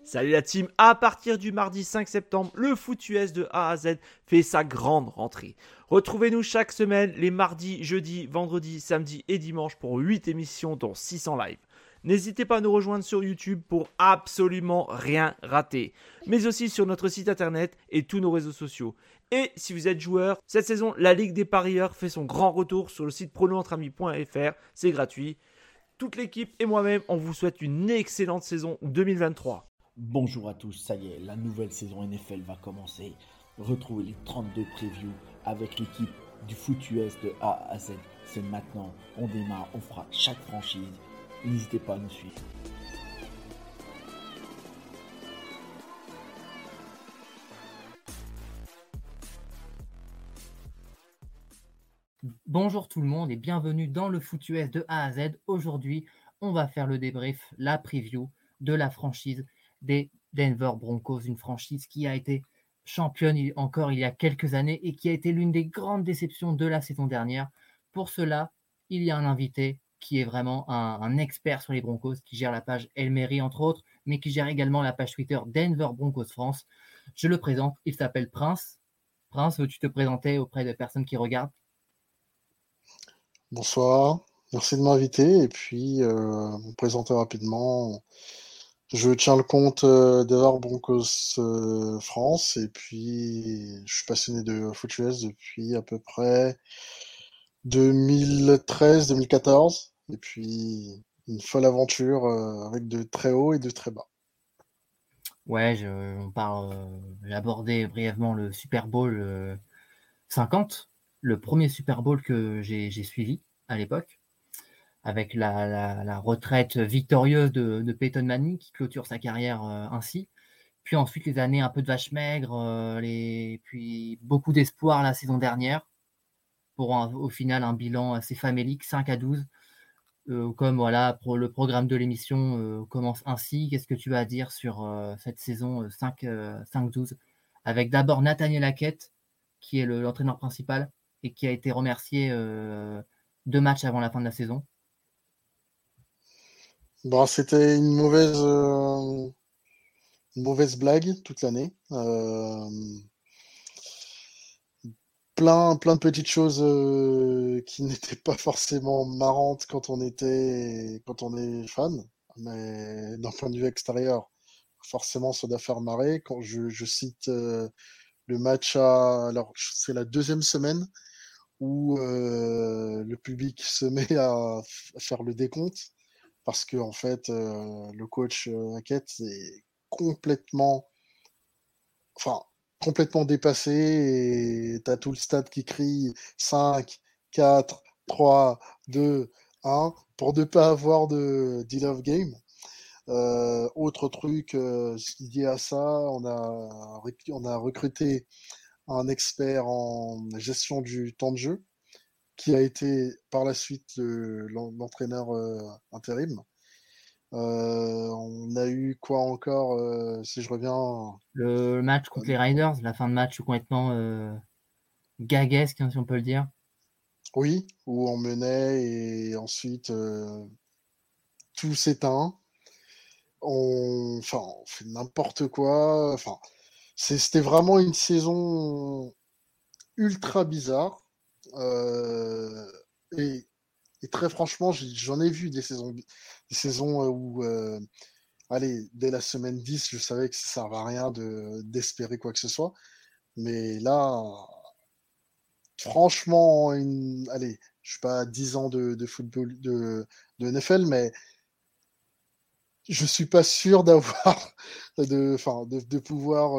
Salut la team, à partir du mardi 5 septembre, le Foot US de A à Z fait sa grande rentrée. Retrouvez-nous chaque semaine les mardis, jeudis, vendredis, samedis et dimanches pour 8 émissions dont 600 live. N'hésitez pas à nous rejoindre sur YouTube pour absolument rien rater, mais aussi sur notre site internet et tous nos réseaux sociaux. Et si vous êtes joueur, cette saison, la Ligue des parieurs fait son grand retour sur le site pronoentrami.fr, c'est gratuit. Toute l'équipe et moi-même, on vous souhaite une excellente saison 2023. Bonjour à tous, ça y est, la nouvelle saison NFL va commencer. Retrouvez les 32 previews avec l'équipe du Foot US de A à Z. C'est maintenant, on démarre, on fera chaque franchise. N'hésitez pas à nous suivre. Bonjour tout le monde et bienvenue dans le Foot US de A à Z. Aujourd'hui, on va faire le débrief, la preview de la franchise des Denver Broncos, une franchise qui a été championne encore il y a quelques années et qui a été l'une des grandes déceptions de la saison dernière. Pour cela, il y a un invité qui est vraiment un expert sur les Broncos, qui gère la page Elmery entre autres, mais qui gère également la page Twitter Denver Broncos France. Je le présente, il s'appelle Prince. Prince, veux-tu te présenter auprès des personnes qui regardent? Bonsoir, merci de m'inviter. Et puis, me présenter rapidement. Je tiens le compte d'Evar Broncos France. Et puis, je suis passionné de foot US depuis à peu près 2013-2014. Et puis, une folle aventure avec de très hauts et de très bas. Ouais, j'ai abordé brièvement le Super Bowl 50, le premier Super Bowl que j'ai suivi à l'époque, avec la retraite victorieuse de Peyton Manning qui clôture sa carrière ainsi. Puis ensuite les années un peu de vache maigre, puis beaucoup d'espoir la saison dernière, pour au final un bilan assez famélique, 5-12. Comme voilà, pour le programme de l'émission commence ainsi, qu'est-ce que tu as à dire sur cette saison 5-12 avec d'abord Nathaniel Hackett, qui est l'entraîneur principal et qui a été remercié 2 matchs avant la fin de la saison. Bon, c'était une mauvaise blague toute l'année. Plein de petites choses qui n'étaient pas forcément marrantes quand on est fan, mais d'un point de vue extérieur, forcément ça doit faire marrer. Quand je cite le match alors c'est la deuxième semaine où le public se met à faire le décompte parce que en fait le coach Hackett est complètement, enfin, complètement dépassé et t'as tout le stade qui crie 5, 4, 3, 2, 1 pour ne pas avoir de deal of game. Autre truc lié à ça, on a recruté un expert en gestion du temps de jeu qui a été par la suite l'entraîneur intérim. On a eu quoi encore si je reviens. Le match contre les Riders, la fin de match complètement gaguesque, hein, si on peut le dire. Oui, où on menait et ensuite tout s'éteint. On fait n'importe quoi. Enfin, c'était vraiment une saison ultra bizarre. Euh, et, et très franchement, j'en ai vu des saisons où, allez, dès la semaine 10, je savais que ça ne servait à rien d'espérer quoi que ce soit. Mais là, franchement, allez, je suis pas à 10 ans de football, de NFL, mais je suis pas sûr d'avoir, de pouvoir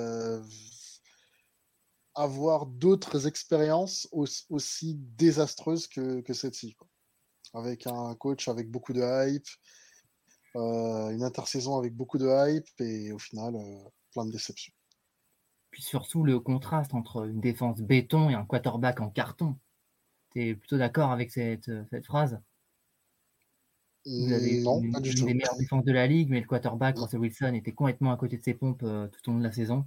avoir d'autres expériences aussi désastreuses que celle-ci, quoi. Avec un coach avec beaucoup de hype, une intersaison avec beaucoup de hype, et au final, plein de déceptions. Puis surtout le contraste entre une défense béton et un quarterback en carton. Tu es plutôt d'accord avec cette phrase? Vous avez Non, pas du l'une des tout. meilleures défenses de la ligue, mais le quarterback, Non. Russell Wilson, était complètement à côté de ses pompes tout au long de la saison.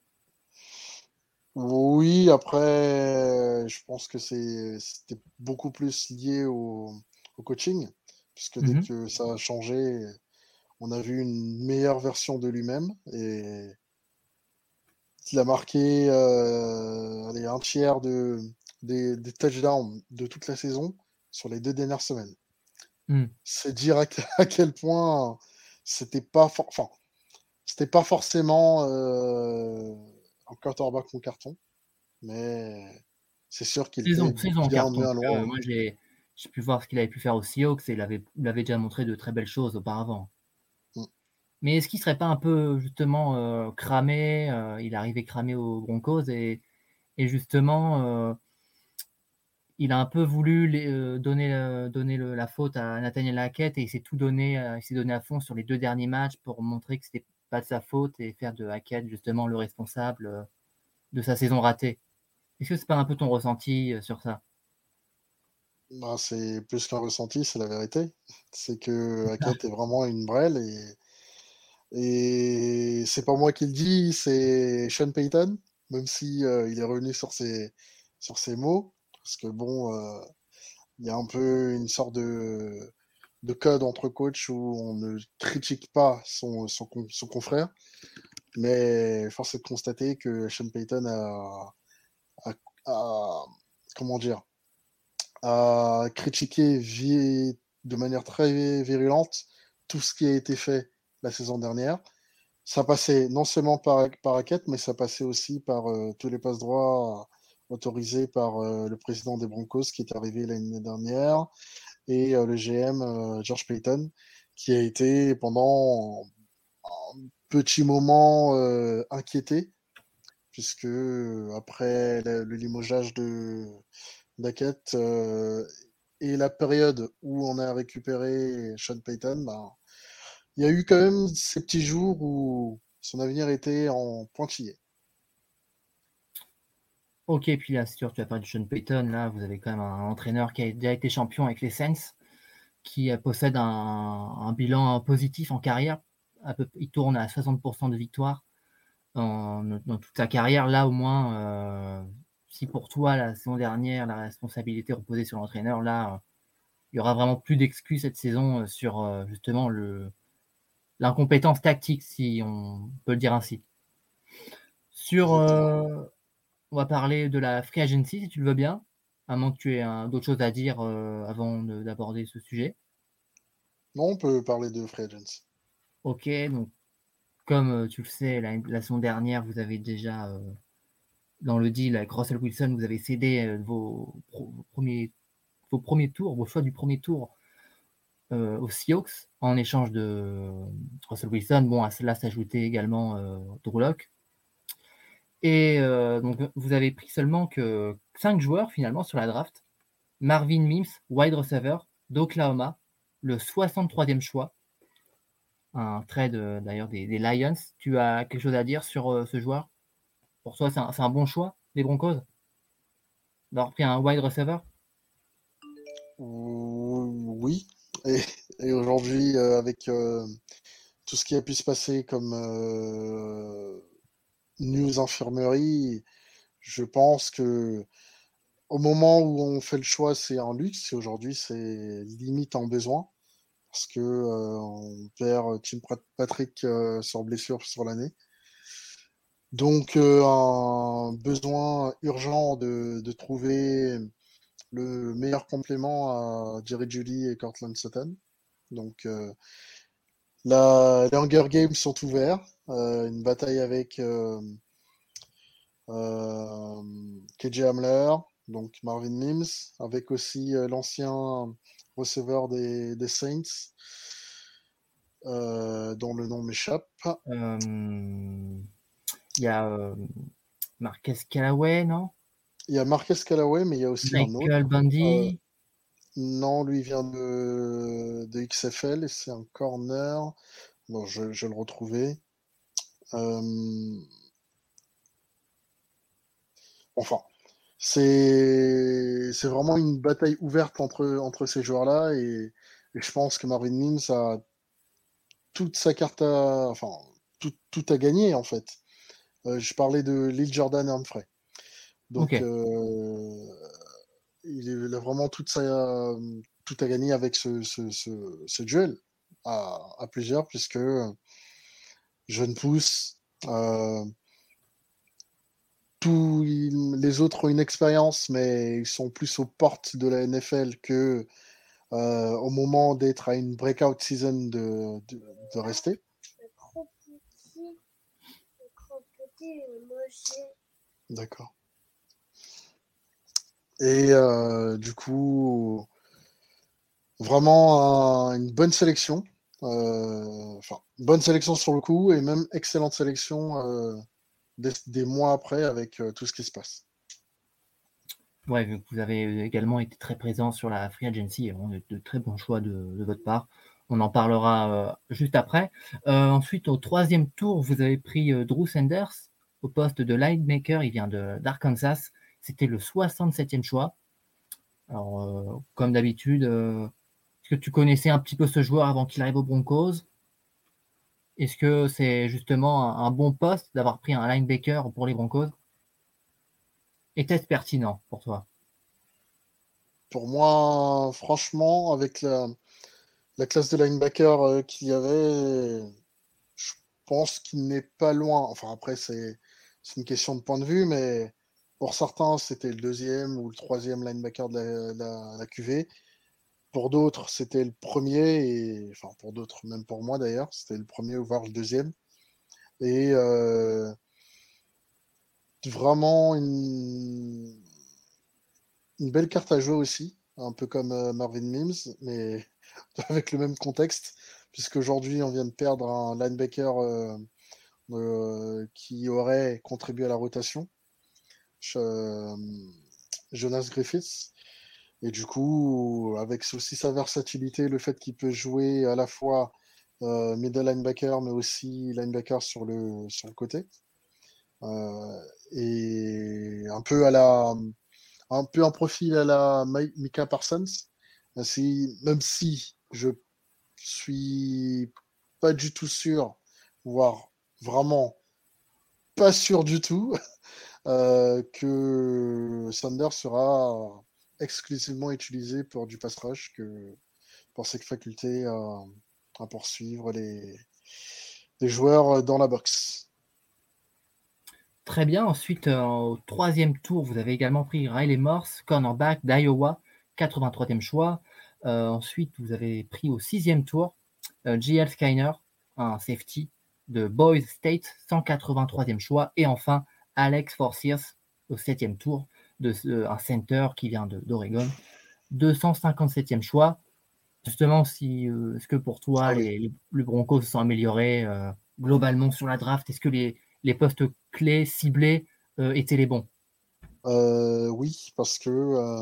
Oui, après, je pense que c'était beaucoup plus lié au coaching, puisque dès Mhm. que ça a changé, On a vu une meilleure version de lui-même et il a marqué allez, un tiers des touchdowns de toute la saison sur les 2 dernières semaines. C'est dire à quel point c'était pas, enfin, c'était pas forcément un quarterback en carton, mais c'est sûr qu'il était Saison bien, carton. bien loin. Moi, j'ai pu voir ce qu'il avait pu faire aux Seahawks et il avait déjà montré de très belles choses auparavant. Mm. Mais est-ce qu'il serait pas un peu justement cramé? Il est arrivé cramé aux Broncos et justement il a un peu voulu donner la faute à Nathaniel Hackett et il s'est donné à fond sur les 2 derniers matchs pour montrer que c'était pas de sa faute et faire de Hackett justement le responsable de sa saison ratée. Est-ce que c'est pas un peu ton ressenti sur ça? Bah, c'est plus qu'un ressenti, c'est la vérité. C'est que Hackett est vraiment une brêle et c'est pas moi qui le dis, c'est Sean Payton, même si il est revenu sur ses mots, parce que bon, il y a un peu une sorte de code entre coachs où on ne critique pas son confrère, mais force est de constater que Sean Payton a- a- comment dire, a critiqué de manière très virulente tout ce qui a été fait la saison dernière. Ça passait non seulement par Hackett, mais ça passait aussi par tous les passes droits autorisés par le président des Broncos qui est arrivé l'année dernière et le GM George Payton qui a été pendant un petit moment inquiété puisque après le limogeage de d'Hackett et la période où on a récupéré Sean Payton, ben, il y a eu quand même ces petits jours où son avenir était en pointillé. Ok, puis là, c'est sûr, tu as parlé de Sean Payton. Là, vous avez quand même un entraîneur qui a déjà été champion avec les Saints, qui possède un bilan positif en carrière. Il tourne à 60% de victoires dans toute sa carrière. Là, au moins, si pour toi, la saison dernière, la responsabilité reposait sur l'entraîneur, là, il y aura vraiment plus d'excuses cette saison sur justement l'incompétence tactique, si on peut le dire ainsi. Exactement. On va parler de la free agency, si tu le veux bien, à moins que tu aies d'autres choses à dire avant d'aborder ce sujet. Non, on peut parler de free agents. Ok, donc comme tu le sais, la saison dernière, vous avez déjà, dans le deal avec Russell Wilson, vous avez cédé vos premiers tours, vos choix du premier tour aux Seahawks en échange de Russell Wilson. Bon, à cela s'ajoutait également Drew Lock. Et donc, vous avez pris seulement que 5 joueurs finalement sur la draft. Marvin Mims, wide receiver d'Oklahoma, le 63e choix. Un trade d'ailleurs des Lions. Tu as quelque chose à dire sur ce joueur? Pour toi, c'est un bon choix des Broncos d'avoir pris un wide receiver? Oui. Et, et aujourd'hui, avec tout ce qui a pu se passer comme news infirmerie, je pense que au moment où on fait le choix, c'est un luxe. Et aujourd'hui, c'est limite un besoin. Parce que on perd Tim Patrick sur blessure sur l'année. Donc, un besoin urgent de trouver le meilleur complément à Jerry Jeudy et Cortland Sutton. Donc, les Hunger Games sont ouverts. Une bataille avec KJ Hamler, donc Marvin Mims, avec aussi l'ancien receveur des Saints, dont le nom m'échappe. Il y a Marquez Callaway, non? Il y a Marquez Callaway, mais il y a aussi un autre. Michael Bundy. Non, lui vient de XFL et c'est un corner. Bon, je le retrouvais. Enfin, c'est vraiment une bataille ouverte entre ces joueurs-là et je pense que Marvin Mims a toute sa carte à, enfin, tout à gagner en fait. Je parlais de Lil Jordan et Humphrey. Donc, Ok. il a vraiment tout à gagner avec ce duel. à plusieurs, puisque jeune pousse, tous les autres ont une expérience, mais ils sont plus aux portes de la NFL que au moment d'être à une breakout season de rester. D'accord. Et du coup, vraiment une bonne sélection. Bonne sélection sur le coup et même excellente sélection des mois après avec tout ce qui se passe. Ouais, vu que vous avez également été très présent sur la free agency, de très bons choix de votre part. On en parlera juste après. Ensuite, au 3e tour, vous avez pris Drew Sanders au poste de linebacker. Il vient d'Arkansas. C'était le 67e choix. Alors, comme d'habitude, est-ce que tu connaissais un petit peu ce joueur avant qu'il arrive aux Broncos? Est-ce que c'est justement un bon poste d'avoir pris un linebacker pour les Broncos? Était-ce pertinent pour toi? Pour moi, franchement, avec la classe de linebacker qu'il y avait, je pense qu'il n'est pas loin. Enfin, après, c'est une question de point de vue, mais pour certains, c'était le 2e ou le 3e linebacker de la QV. Pour d'autres, c'était le premier, et enfin, pour d'autres, même pour moi d'ailleurs, c'était le premier, voire le 2e. Et vraiment une belle carte à jouer aussi, un peu comme Marvin Mims, mais avec le même contexte, puisqu'aujourd'hui, on vient de perdre un linebacker qui aurait contribué à la rotation, Jonas Griffiths. Et du coup, avec aussi sa versatilité, le fait qu'il peut jouer à la fois middle linebacker, mais aussi linebacker sur le côté. Et un peu un profil à la Micah Parsons, même si je suis pas du tout sûr, voire vraiment pas sûr du tout, que Sanders sera exclusivement utilisé pour du pass rush, que pour ses facultés à poursuivre les joueurs dans la boxe. Très bien. Ensuite, au 3e tour, vous avez également pris Riley Morse, cornerback d'Iowa, 83e choix. Ensuite, vous avez pris au 6e tour J.L. Skyner, un safety de Boise State, 183e choix. Et enfin, Alex Forsyth au 7e tour, un center qui vient d'Oregon, 257e choix. Justement, est-ce que pour toi, les Broncos se sont améliorés globalement sur la draft? Est-ce que les postes clés ciblés étaient les bons? Oui, parce que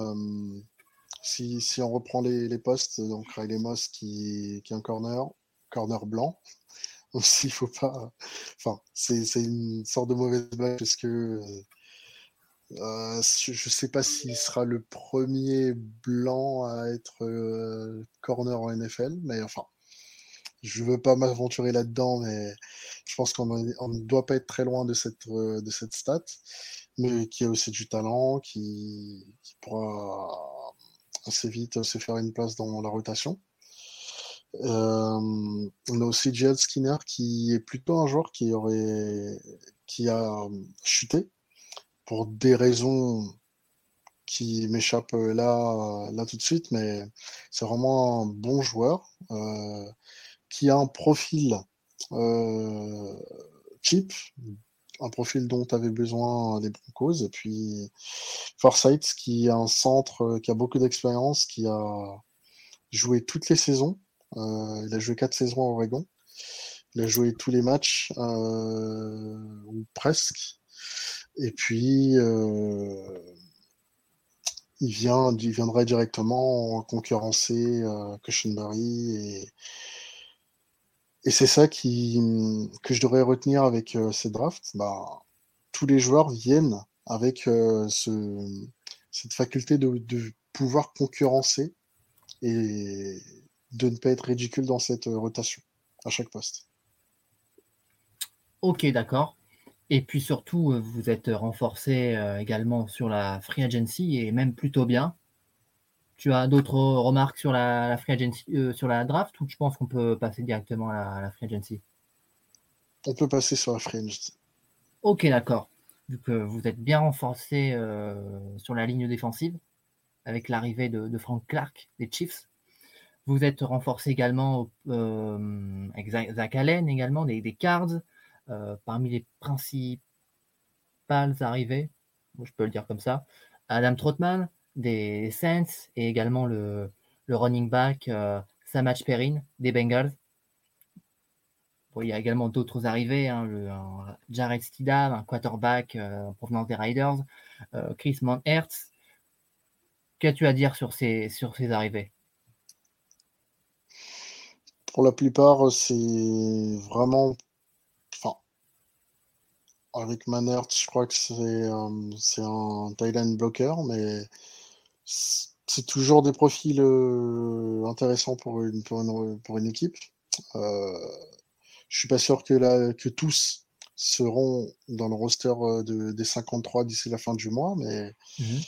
si on reprend les postes, donc Riley Moss qui est un corner blanc, aussi, il faut pas. Enfin, c'est une sorte de mauvaise blague parce que je sais pas s'il sera le premier blanc à être corner en NFL, mais enfin, je veux pas m'aventurer là-dedans, mais je pense qu'on ne doit pas être très loin de cette stat, mais qui a aussi du talent, qui pourra assez vite se faire une place dans la rotation. On a aussi J.L. Skinner qui est plutôt un joueur qui a chuté pour des raisons qui m'échappent là tout de suite, mais c'est vraiment un bon joueur qui a un profil cheap, un profil dont avaient besoin les Broncos, et puis Forsyth qui est un centre qui a beaucoup d'expérience, qui a joué toutes les saisons. Il a joué 4 saisons à Oregon. Il a joué tous les matchs, ou presque. Et puis, il viendrait directement concurrencer Cushenberry. Et c'est ça que je devrais retenir avec ces drafts. Bah, tous les joueurs viennent avec cette faculté de pouvoir concurrencer et de ne pas être ridicule dans cette rotation à chaque poste. Ok, d'accord. Et puis surtout, vous êtes renforcé également sur la free agency et même plutôt bien. Tu as d'autres remarques sur la free agency, sur la draft, ou tu penses qu'on peut passer directement à la free agency? On peut passer sur la fringe. Ok, d'accord. Vu que vous êtes bien renforcé sur la ligne défensive, avec l'arrivée de Frank Clark des Chiefs. Vous êtes renforcé également avec Zach Allen, également des Cards, parmi les principales arrivées, je peux le dire comme ça. Adam Trotman des Saints et également le running back Samaj Perine des Bengals. Bon, il y a également d'autres arrivées, hein, un Jared Stidham, un quarterback en provenance des Riders, Chris Monhertz. Qu'as-tu à dire sur ces arrivées? Pour la plupart, c'est vraiment. Enfin, avec Manert, je crois que c'est un Thailand blocker, mais c'est toujours des profils intéressants pour une équipe. Je suis pas sûr que tous seront dans le roster des 53 d'ici la fin du mois, mais Mhm.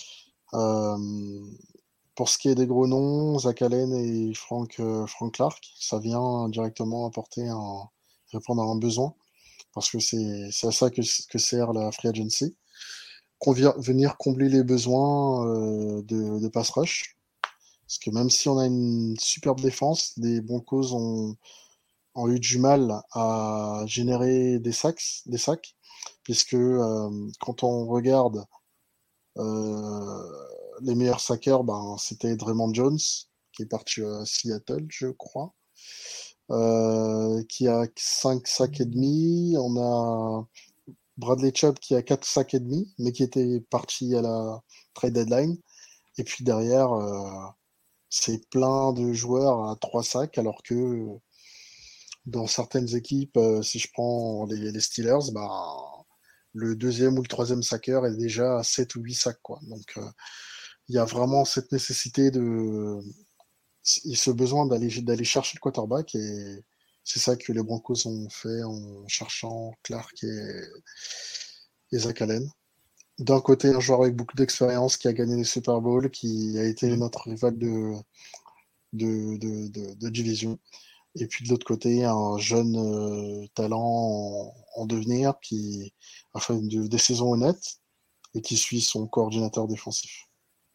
pour ce qui est des gros noms, Zach Allen et Frank Clark, ça vient directement répondre à un besoin, parce que c'est à ça que sert la free agency. Venir combler les besoins de pass rush. Parce que même si on a une superbe défense, les Broncos ont eu du mal à générer des sacs, puisque quand on regarde les meilleurs sackers, c'était Draymond Jones, qui est parti à Seattle, je crois, qui a 5 sacs et demi. On a Bradley Chubb qui a 4 sacs et demi, mais qui était parti à la trade deadline. Et puis derrière, c'est plein de joueurs à 3 sacs, alors que dans certaines équipes, si je prends les Steelers, le deuxième ou le troisième sacker est déjà à 7 ou 8 sacs, quoi. Donc, il y a vraiment cette nécessité et ce besoin d'aller chercher le quarterback, et c'est ça que les Broncos ont fait en cherchant Clark et Zach Allen. D'un côté, un joueur avec beaucoup d'expérience qui a gagné les Super Bowls, qui a été Mhm. notre rival de division. Et puis de l'autre côté, un jeune talent en devenir qui a fait des saisons honnêtes et qui suit son coordinateur défensif.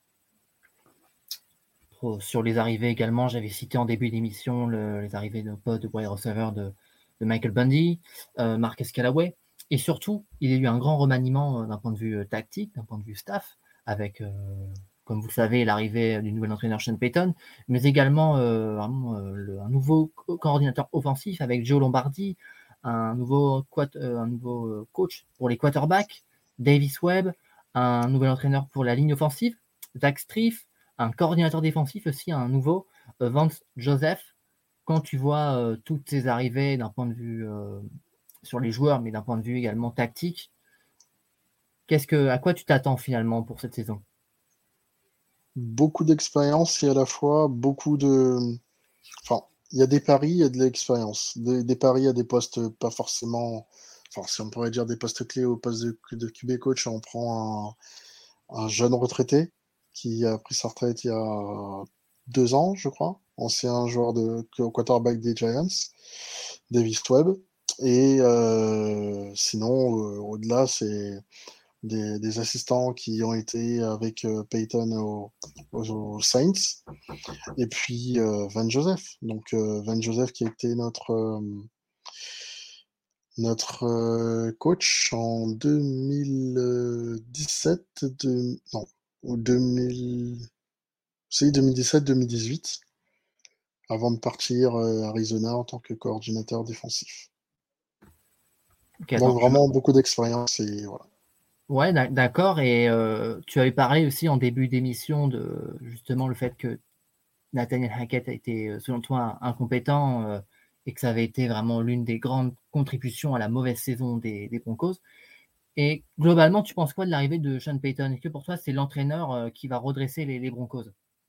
Sur les arrivées également, j'avais cité en début d'émission les arrivées de poste de wide receiver de Michael Bundy, Marcus Callaway. Et surtout, il y a eu un grand remaniement d'un point de vue tactique, d'un point de vue staff, avec, comme vous le savez, l'arrivée du nouvel entraîneur Sean Payton, mais également un nouveau coordinateur offensif avec Joe Lombardi, un nouveau coach pour les quarterbacks, Davis Webb, un nouvel entraîneur pour la ligne offensive, Zach Strief, un coordinateur défensif aussi, un nouveau, Vance Joseph. Quand tu vois toutes ces arrivées d'un point de vue sur les joueurs, mais d'un point de vue également tactique, à quoi tu t'attends finalement pour cette saison? Beaucoup d'expérience et à la fois beaucoup de. Enfin, il y a des paris, il y a de l'expérience. Des paris à des postes pas forcément. Enfin, si on pourrait dire des postes clés au poste de QB coach, on prend un jeune retraité qui a pris sa retraite il y a 2 ans, je crois. Ancien joueur de quarterback des Giants, Davis Webb. Et sinon, au-delà, c'est des assistants qui ont été avec Peyton aux Saints. Et puis Van Joseph. Donc Van Joseph qui a été notre coach en 2017, non, ou 2000, c'est 2017-2018, avant de partir à Arizona en tant que coordinateur défensif. Ok, Donc attends, vraiment beaucoup d'expérience et voilà. Ouais, d'accord. Et tu avais parlé aussi en début d'émission de justement le fait que Nathaniel Hackett a été, selon toi, incompétent et que ça avait été vraiment l'une des grandes contributions à la mauvaise saison des Broncos. Et globalement, tu penses quoi de l'arrivée de Sean Payton? Est-ce que pour toi, c'est l'entraîneur qui va redresser les Broncos?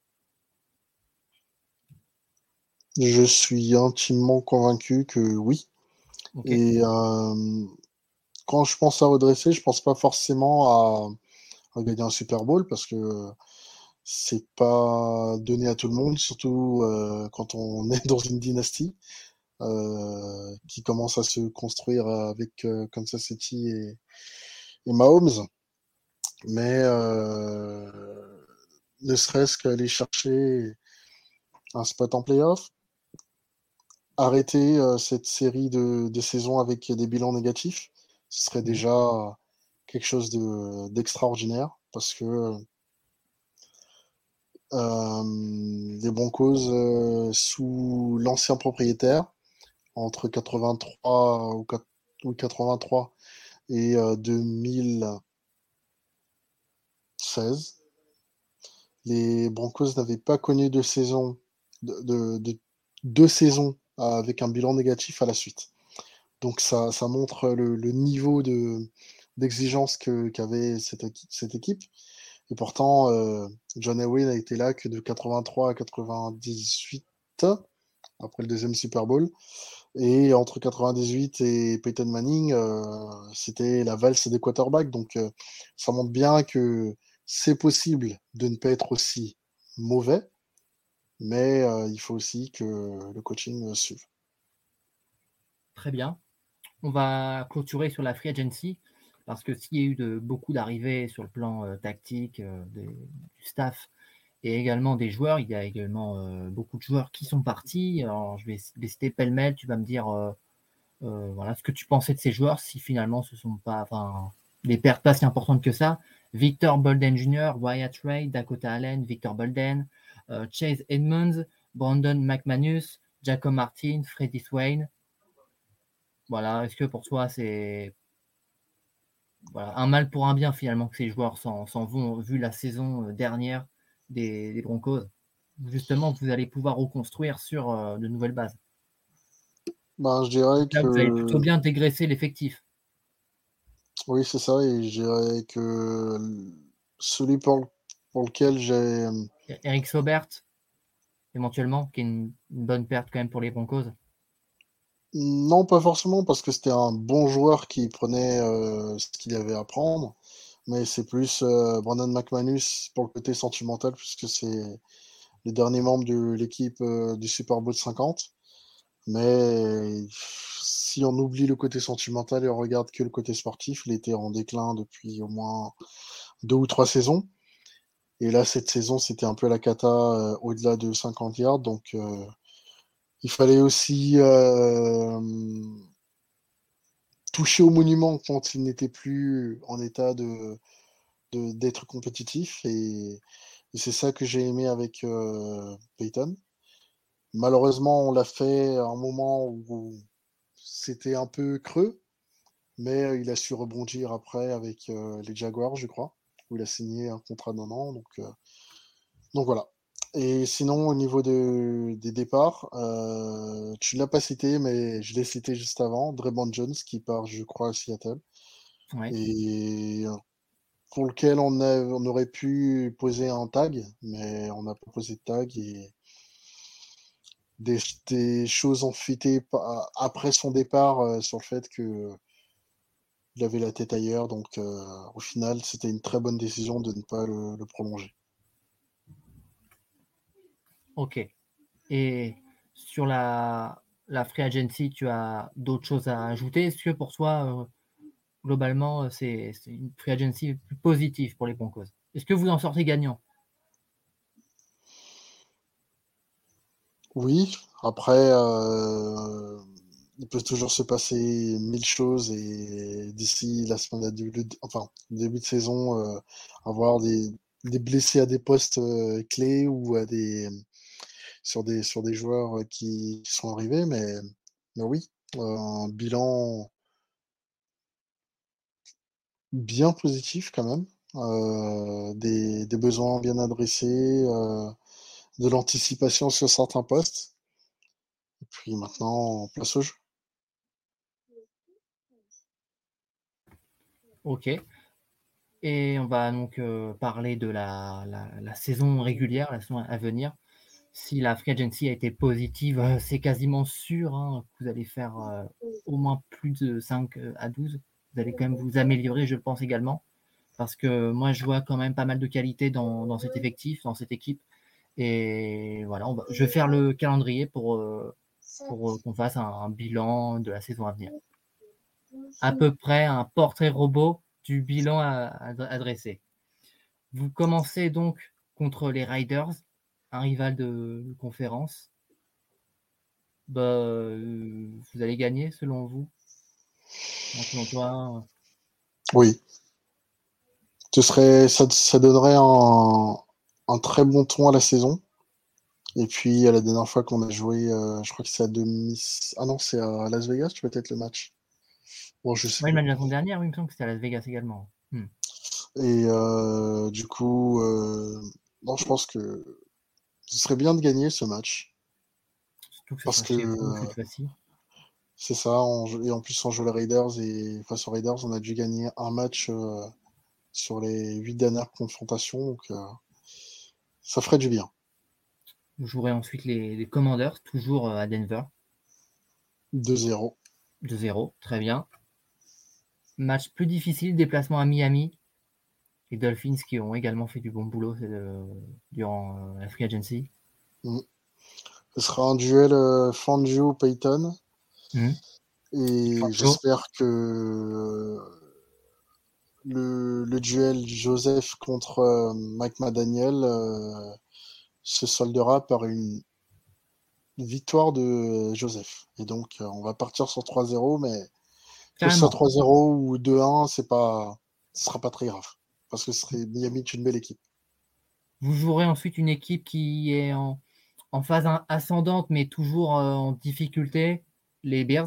Je suis intimement convaincu que oui. Ok. Et quand je pense à redresser, je pense pas forcément à gagner un Super Bowl parce que c'est pas donné à tout le monde, surtout quand on est dans une dynastie qui commence à se construire avec Kansas City et Mahomes. Mais ne serait-ce qu'aller chercher un spot en playoff, arrêter cette série de saisons avec des bilans négatifs, ce serait déjà quelque chose d'extraordinaire parce que les Broncos sous l'ancien propriétaire entre 83 ou 83 et 2016, les Broncos n'avaient pas connu de saison de deux saisons avec un bilan négatif à la suite. Donc ça montre le niveau d'exigence qu'avait cette équipe. Et pourtant, John Elway n'a été là que de 83 à 98, après le deuxième Super Bowl. Et entre 98 et Peyton Manning, c'était la valse des quarterbacks. Donc ça montre bien que c'est possible de ne pas être aussi mauvais, mais il faut aussi que le coaching suive. Très bien. On va clôturer sur la free agency parce que s'il y a eu beaucoup d'arrivées sur le plan tactique du staff et également des joueurs, il y a également beaucoup de joueurs qui sont partis. Alors, je vais les citer pêle-mêle. Tu vas me dire voilà, ce que tu pensais de ces joueurs, si finalement ce sont pas, les pertes pas si importantes que ça. Victor Bolden Jr., Wyatt Ray, Dakota Allen, Victor Bolden, Chase Edmonds, Brandon McManus, Jacob Martin, Freddie Swain. Voilà, est-ce que pour toi c'est un mal pour un bien finalement que ces joueurs s'en vont vu la saison dernière des Broncos? Justement, vous allez pouvoir reconstruire sur de nouvelles bases. Ben, je dirais Là, vous avez que plutôt bien dégraissé l'effectif. oui, c'est ça, et je dirais que celui pour lequel j'ai Eric Saubert, éventuellement, qui est une bonne perte quand même pour les Broncos. non, pas forcément, parce que c'était un bon joueur qui prenait ce qu'il avait à prendre, mais c'est plus Brandon McManus pour le côté sentimental, puisque c'est les derniers membres de l'équipe du Super Bowl 50. Mais si on oublie le côté sentimental et on regarde que le côté sportif, il était en déclin depuis au moins 2 ou 3 saisons. Et là, cette saison, c'était un peu la cata au-delà de 50 yards. Donc, il fallait aussi toucher au monument quand il n'était plus en état d'être compétitif. Et c'est ça que j'ai aimé avec Peyton. Malheureusement, on l'a fait à un moment où c'était un peu creux, mais il a su rebondir après avec les Jaguars, je crois, où il a signé un contrat d'un an. Donc voilà. Et sinon, au niveau des départs, tu ne l'as pas cité, mais je l'ai cité juste avant, Draymond Jones qui part, je crois, à Seattle. Ouais. Et pour lequel on aurait pu poser un tag, mais on n'a pas posé de tag. Et des choses ont fuité après son départ sur le fait que il avait la tête ailleurs. Donc au final, c'était une très bonne décision de ne pas le prolonger. Ok. Et sur la free agency, tu as d'autres choses à ajouter? Est-ce que pour toi, globalement, c'est une free agency plus positive pour les Broncos? Est-ce que vous en sortez gagnant? Oui, après, il peut toujours se passer mille choses et d'ici la semaine, enfin, début de saison, avoir des blessés à des postes clés ou sur des joueurs qui sont arrivés, mais oui, un bilan bien positif quand même, des besoins bien adressés, de l'anticipation sur certains postes, et puis maintenant, place au jeu. Ok. Et on va donc parler de la saison régulière, la saison à venir. Si la free agency a été positive, c'est quasiment sûr hein, que vous allez faire au moins plus de 5 à 12. Vous allez quand même vous améliorer, je pense également. parce que moi, je vois quand même pas mal de qualité dans cet effectif, dans cette équipe. Et voilà, je vais faire le calendrier pour qu'on fasse un bilan de la saison à venir. À peu près un portrait robot du bilan à dresser. Vous commencez donc contre les Riders, un rival de conférence. Vous allez gagner selon vous? Selon toi? Oui. Ça donnerait un très bon ton à la saison. Et puis, la dernière fois qu'on a joué, je crois que c'est à Ah non, c'est à Las Vegas, peut-être le match. Bon, je sais Oui, le plus. match de la semaine dernière, oui, il me semble que c'était à Las Vegas également. Et du coup, non, je pense que ce serait bien de gagner ce match. Surtout que ce Parce sera que chez vous cette fois-ci. c'est ça, et en plus on joue les Raiders, et face aux Raiders, on a dû gagner un match sur les 8 dernières confrontations, donc ça ferait du bien. Vous jouerez ensuite les Commanders, toujours à Denver. 2-0. 2-0, très bien. Match plus difficile, déplacement à Miami. Les Dolphins qui ont également fait du bon boulot durant la free agency. Mm. Ce sera un duel Fangio-Payton. Et Fangio. j'espère que le duel Joseph contre Mike McDaniel se soldera par une victoire de Joseph. Et donc, on va partir sur 3-0, mais que ce soit Carrément. 3-0 ou 2-1, ce sera pas très grave. Parce que Miami est une belle équipe. Vous jouerez ensuite une équipe qui est en phase ascendante, mais toujours en difficulté, les Bears.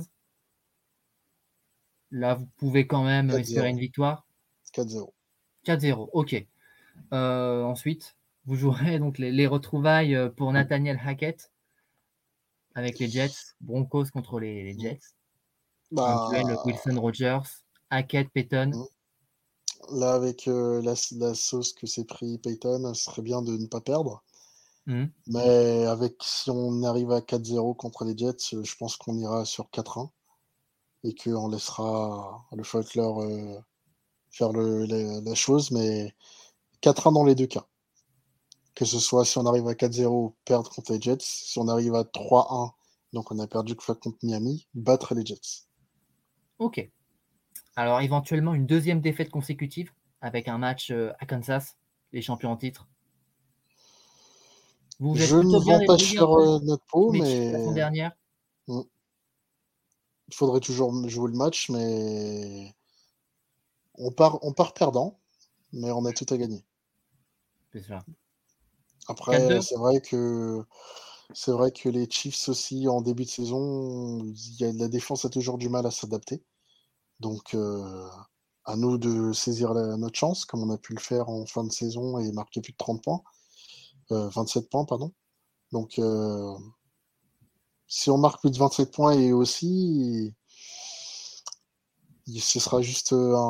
Là, vous pouvez quand même espérer 4-0. une victoire. 4-0. 4-0, ok. Ensuite, vous jouerez donc les retrouvailles pour Nathaniel Hackett avec les Jets, Broncos contre les Jets. Un duel Bah, Wilson-Rogers, Hackett-Payton. là, avec la sauce que s'est pris Payton, ce serait bien de ne pas perdre. Mais si on arrive à 4-0 contre les Jets, je pense qu'on ira sur 4-1 et qu'on laissera le folklore faire la chose, mais 4-1 dans les deux cas. Que ce soit si on arrive à 4-0, perdre contre les Jets, si on arrive à 3-1, donc on a perdu contre Miami, battre les Jets. Ok. Alors éventuellement une deuxième défaite consécutive avec un match à Kansas, les champions en titre. Vous êtes Je ne plutôt bien vends pas débrouillé un cher peu notre peau, les Chiefs la mais saison dernière. il faudrait toujours jouer le match, mais on part perdant, mais on a tout à gagner. C'est ça. Après, 4-2. c'est vrai que les Chiefs aussi, en début de saison, la défense a toujours du mal à s'adapter. Donc, à nous de saisir notre chance, comme on a pu le faire en fin de saison et marquer plus de 30 points. 27 points, pardon. Donc, si on marque plus de 27 points, et aussi, ce sera juste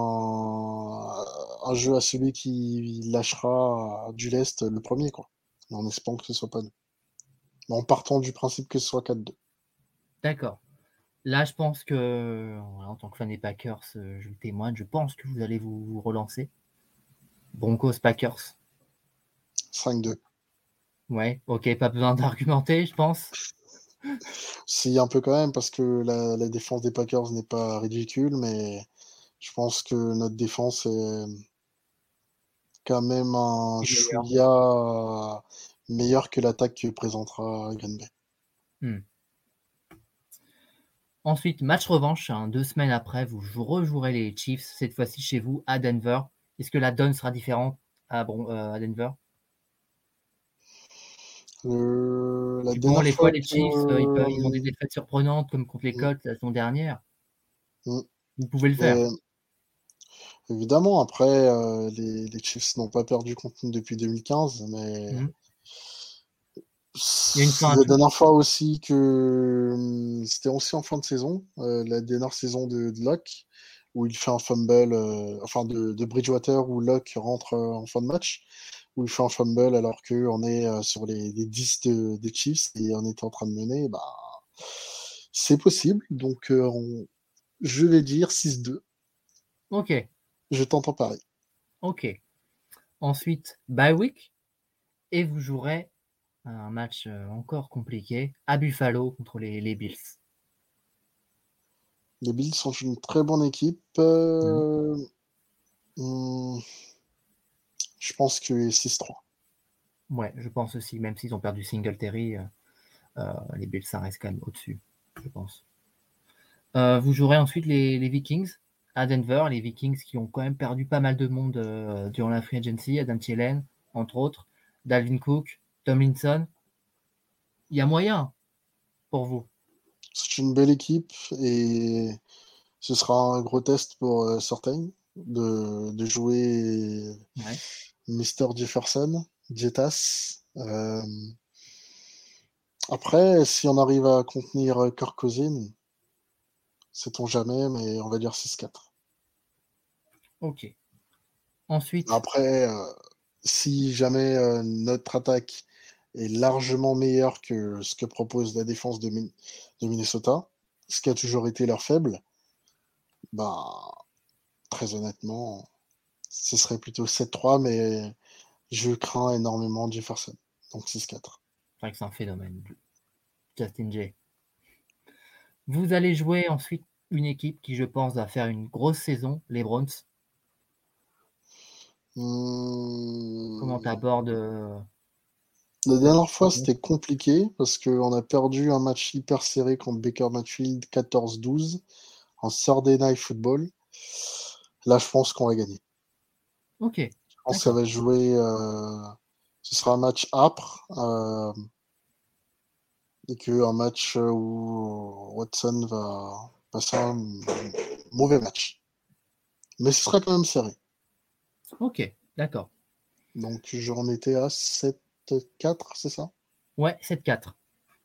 un jeu à celui qui lâchera du lest le premier, quoi. En espérant que ce soit pas nous. Mais en partant du principe que ce soit 4-2. D'accord. Là, je pense que, en tant que fan des Packers, je le témoigne, je pense que vous allez vous relancer. Broncos, Packers. 5-2. Ouais, ok, pas besoin d'argumenter, je pense. Si, un peu quand même, parce que la défense des Packers n'est pas ridicule, mais je pense que notre défense est quand même un C'est meilleur. chouïa meilleur que l'attaque que présentera Green Bay. Ensuite, match revanche, 2 semaines après, vous rejouerez les Chiefs, cette fois-ci chez vous, à Denver. Est-ce que la donne sera différente à Denver? La Bon, dernière les fois, fois les que Chiefs, ils ont des défaites surprenantes, comme contre les mm, Colts la saison dernière. mm. Vous pouvez le faire. Mais évidemment, après, les Chiefs n'ont pas perdu contre nous depuis 2015, mais Mhm. Il y a une fin à la tout. dernière fois aussi c'était aussi en fin de saison, la dernière saison de Locke, où il fait un fumble, enfin de Bridgewater, où Locke rentre en fin de match, où il fait un fumble alors qu'on est sur les 10 des Chiefs et on est en train de mener, bah, c'est possible. Donc je vais dire 6-2. Ok, Je tente en pari. Ok. Ensuite, bye week. Et vous jouerez un match encore compliqué à Buffalo contre les Bills. Les Bills sont une très bonne équipe. Hmm, je pense que 6-3. Ouais, je pense aussi, même s'ils ont perdu Singletary, les Bills, ça reste quand même au-dessus, je pense. Vous jouerez ensuite les Vikings à Denver, les Vikings qui ont quand même perdu pas mal de monde durant la free agency, Adam Thielen, entre autres, Dalvin Cook, Tomlinson. Il y a moyen pour vous. C'est une belle équipe et ce sera un gros test pour certains de jouer Ouais. Mr. Jefferson, Jetas. Après, si on arrive à contenir Kirk Cousins, sait-on jamais, mais on va dire 6-4. Ok. Ensuite, Après, si jamais notre attaque est largement meilleure que ce que propose la défense de Minnesota, ce qui a toujours été leur faible, bah, très honnêtement, ce serait plutôt 7-3, mais je crains énormément Jefferson. Donc 6-4. c'est vrai que c'est un phénomène, Justin Jay. Vous allez jouer ensuite une équipe qui, je pense, va faire une grosse saison, les Browns. Comment tu abordes La cette dernière fois, saison? c'était compliqué parce qu'on a perdu un match hyper serré contre Baker Mayfield 14-12 en Sunday Night Football. Là, je pense qu'on va gagner. Ok, Je pense que ça d'accord. va jouer. Ce sera un match âpre et qu'un match où Watson va passer un mauvais match. Mais ce sera quand même serré. Ok, d'accord. Donc, j'en étais à 7-4, c'est ça? Ouais, 7-4.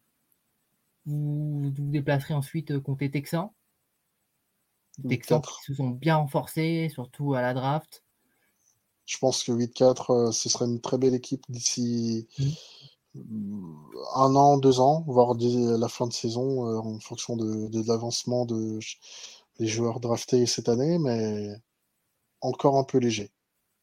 Vous déplacerez ensuite contre les Texans. Les Texans qui 8-4. se sont bien renforcés, surtout à la draft. Je pense que 8-4, ce serait une très belle équipe d'ici Mm. un an, 2 ans, voire dès la fin de saison, en fonction de l'avancement des joueurs draftés cette année, mais encore un peu léger.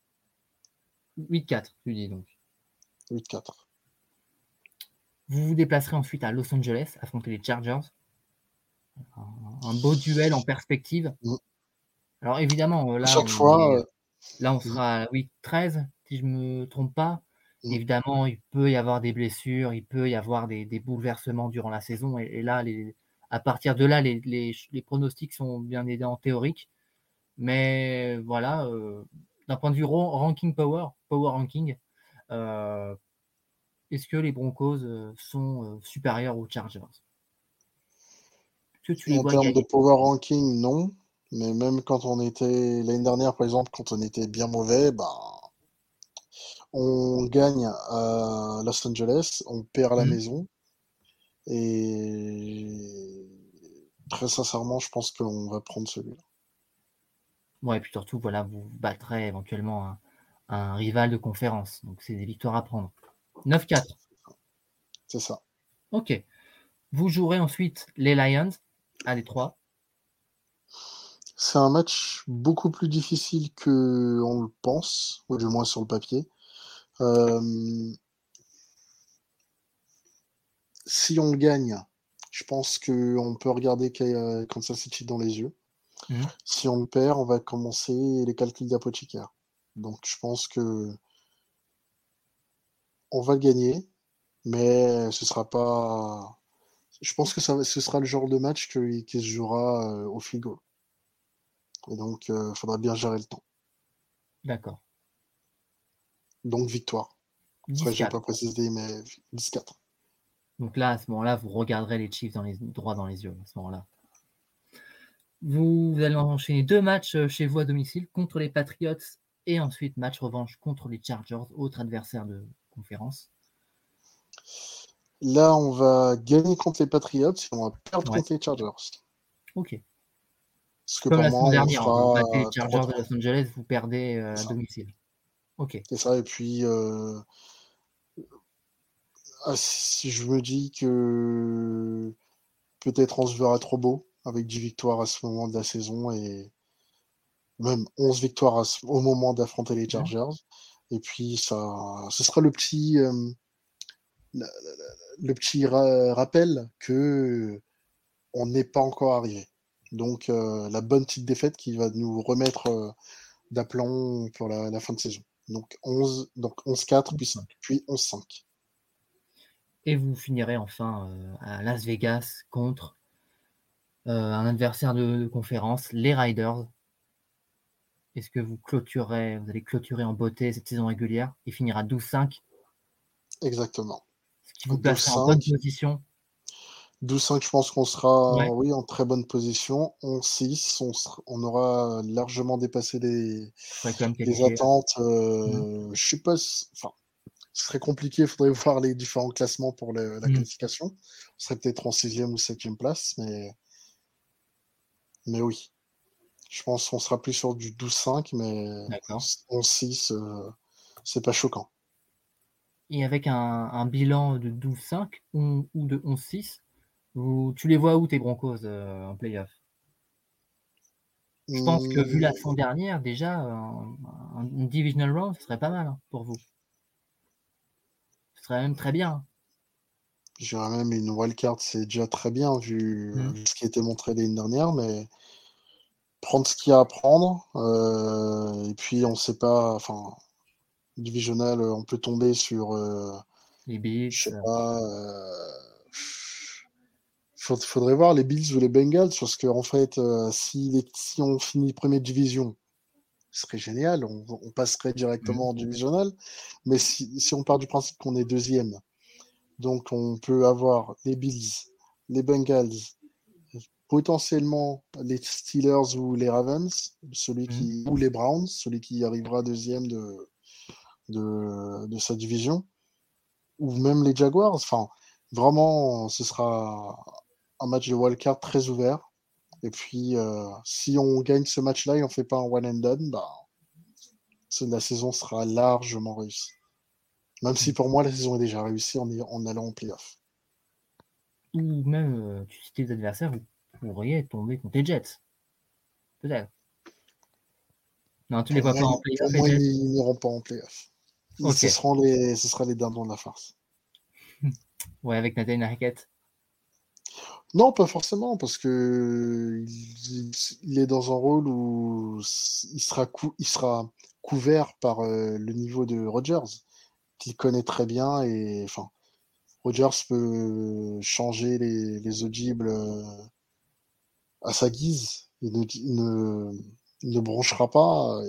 8-4, tu dis donc. 8-4. Vous vous déplacerez ensuite à Los Angeles, affronter les Chargers. Un beau duel en perspective. Mm. Alors évidemment, À chaque fois, là, on mm, sera à la week 13, si je ne me trompe pas. mm. Évidemment, il peut y avoir des blessures, il peut y avoir des bouleversements durant la saison. Et là, à partir de là, les pronostics sont bien aidants en théorique. Mais voilà, d'un point de vue ranking power ranking, euh, est-ce que les Broncos sont supérieurs aux Chargers? Est-ce que tu les En vois termes de gagner? power ranking, non. Mais même quand on était l'année dernière, par exemple, quand on était bien mauvais, bah, on gagne à Los Angeles, on perd à la Mhm. maison. Et très sincèrement, je pense qu'on va prendre celui-là. Ouais, et puis surtout, voilà, vous battrez éventuellement un rival de conférence. Donc, c'est des victoires à prendre. 9-4. C'est ça. Ok. Vous jouerez ensuite les Lions à Détroit. C'est un match beaucoup plus difficile que on le pense, ou du moins sur le papier. Euh, Si on gagne, je pense qu'on peut regarder Kansas City dans les yeux. Mhm. Si on le perd, on va commencer les calculs d'apothicaire. Donc je pense que on va le gagner, mais ce sera pas. Je pense que ce sera le genre de match qui se jouera au field goal. Et donc, il faudra bien gérer le temps. D'accord. Donc, victoire. C'est vrai que j'ai 10-4. pas précisé, mais 10-4. Donc là, à ce moment-là, vous regarderez les Chiefs droit dans les yeux. À ce moment-là. Vous allez enchaîner 2 matchs chez vous à domicile contre les Patriots et ensuite match revanche contre les Chargers, autre adversaire de conférence. Là, on va gagner contre les Patriots et on va perdre Ouais, contre les Chargers. ok. Parce que Comme pour la moi, saison on dernière, hein, vous fera battez les Chargers de 3-3. Los Angeles, vous perdez C'est à ça. domicile. Ok. C'est ça. Et puis, si je me dis que peut-être on se verra trop beau avec 10 victoires à ce moment de la saison et même 11 victoires au moment d'affronter les Chargers. Et puis, ce sera le petit rappel que on n'est pas encore arrivé. Donc, la bonne petite défaite qui va nous remettre d'aplomb pour la fin de saison. Donc 11-4, puis 11-5. Et vous finirez enfin à Las Vegas contre un adversaire de conférence, les Riders. Est-ce que vous allez clôturer en beauté cette saison régulière et finir à 12-5? Exactement. Ce qui vous placerait en bonne position. 12-5, je pense qu'on sera oui, en très bonne position. 11-6, on aura largement dépassé les attentes. Je sais pas, enfin, ce serait compliqué, il faudrait voir les différents classements pour la qualification. On serait peut-être en 6e ou 7e place, mais oui. Je pense qu'on sera plus sur du 12-5, mais 11-6, c'est pas choquant. Et avec un bilan de 12-5 ou de 11-6, tu les vois où tes Broncos en playoff? Je pense que vu la saison dernière, déjà, un divisional round, ce serait pas mal pour vous. Ce serait même très bien. Je dirais même une wildcard, c'est déjà très bien vu ce qui a été montré l'année dernière, mais prendre ce qu'il y a à prendre. Et puis, on sait pas, enfin, divisional, on peut tomber sur. Les Bills. Je sais pas. Faudrait voir les Bills ou les Bengals, parce qu'en fait, si on finit première division, ce serait génial, on passerait directement en divisional. Mais si on part du principe qu'on est deuxième, donc on peut avoir les Bills, les Bengals, potentiellement les Steelers ou les Ravens, ou les Browns, celui qui arrivera deuxième de sa division, ou même les Jaguars. Enfin, vraiment, ce sera un match de wildcard très ouvert. Et puis, si on gagne ce match-là et on fait pas un one and done, la saison sera largement réussie. Même si pour moi, la saison est déjà réussie en allant en playoff. Ou même, tu citais les adversaires, vous pourriez tomber contre les Jets. Peut-être. Non, tu les vois pas en playoff. Pour moi, ils n'iront pas en playoff. Ce sera les dindons de la farce. Ouais, avec Nathaniel Hackett. Non, pas forcément, parce que il est dans un rôle où il sera couvert par le niveau de Rodgers, qu'il connaît très bien. Et enfin, Rodgers peut changer les audibles à sa guise. Il ne bronchera pas.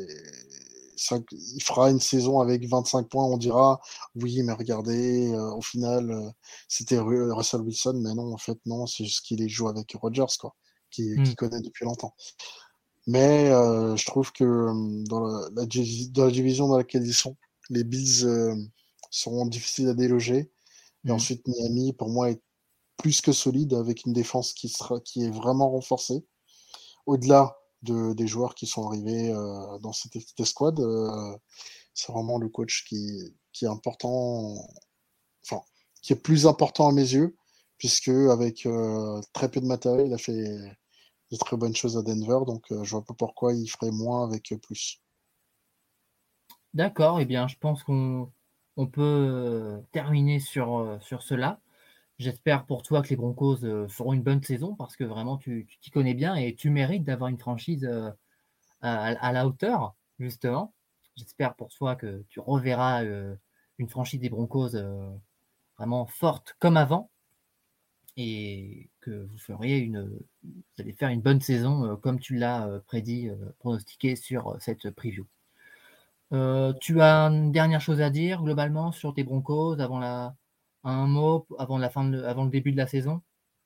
Il fera une saison avec 25 points. On dira, oui, mais regardez, au final, c'était Russell Wilson. Mais non, en fait, non, c'est juste qu'il joue avec Rodgers, quoi, qui connaît depuis longtemps. Mais je trouve que dans la division dans laquelle ils sont, les Bills seront difficiles à déloger. Et ensuite, Miami, pour moi, est plus que solide, avec une défense qui est vraiment renforcée. Au-delà des joueurs qui sont arrivés dans cette escouade, c'est vraiment le coach qui est important, enfin, qui est plus important à mes yeux, puisque avec très peu de matériel, il a fait de très bonnes choses à Denver, donc je vois pas pourquoi il ferait moins avec plus. D'accord, eh bien, je pense qu'on peut terminer sur cela. J'espère pour toi que les Broncos feront une bonne saison parce que vraiment tu t'y connais bien et tu mérites d'avoir une franchise à la hauteur, justement. J'espère pour toi que tu reverras une franchise des Broncos vraiment forte comme avant et que vous allez faire une bonne saison comme tu l'as pronostiqué sur cette preview. Tu as une dernière chose à dire globalement sur tes Broncos un mot avant le début de la saison?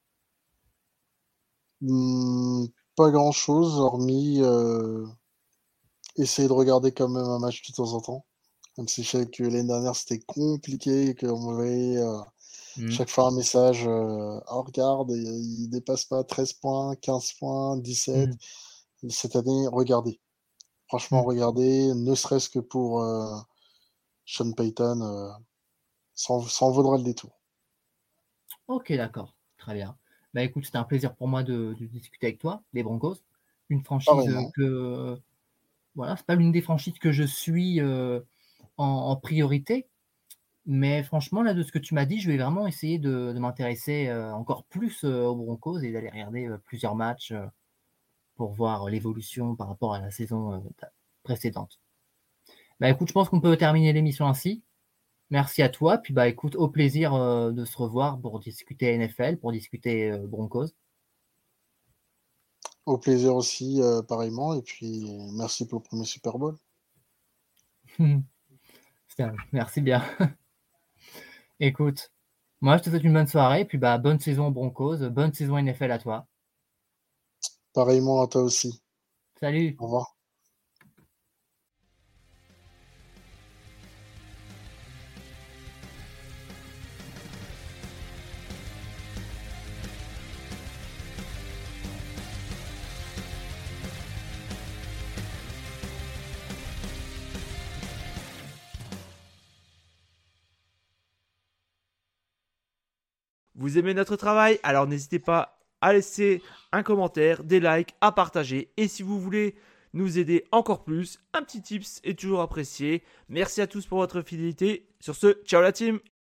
Pas grand-chose, hormis essayer de regarder quand même un match de temps en temps. Même si je sais que l'année dernière c'était compliqué et qu'on m'envoyait chaque fois un message regarde, il dépasse pas 13 points, 15 points, 17. Cette année, regardez. Franchement, regardez, ne serait-ce que pour Sean Payton, ça en vaudra le détour. Ok, d'accord. Très bien. Écoute, c'était un plaisir pour moi de discuter avec toi, les Broncos. Une franchise Pareillement. voilà, c'est pas l'une des franchises que je suis en priorité. Mais franchement, là, de ce que tu m'as dit, je vais vraiment essayer de m'intéresser encore plus aux Broncos et d'aller regarder plusieurs matchs pour voir l'évolution par rapport à la saison précédente. Bah écoute, je pense qu'on peut terminer l'émission ainsi. Merci à toi. Puis bah écoute, au plaisir de se revoir pour discuter NFL, pour discuter Broncos. Au plaisir aussi, pareillement. Et puis, merci pour le premier Super Bowl. Merci bien. Écoute, moi je te souhaite une bonne soirée. Puis bah bonne saison Broncos, bonne saison NFL à toi. Pareillement à toi aussi. Salut. Au revoir. Vous aimez notre travail? Alors n'hésitez pas à laisser un commentaire, des likes, à partager. Et si vous voulez nous aider encore plus, un petit tips est toujours apprécié. Merci à tous pour votre fidélité. Sur ce, ciao la team!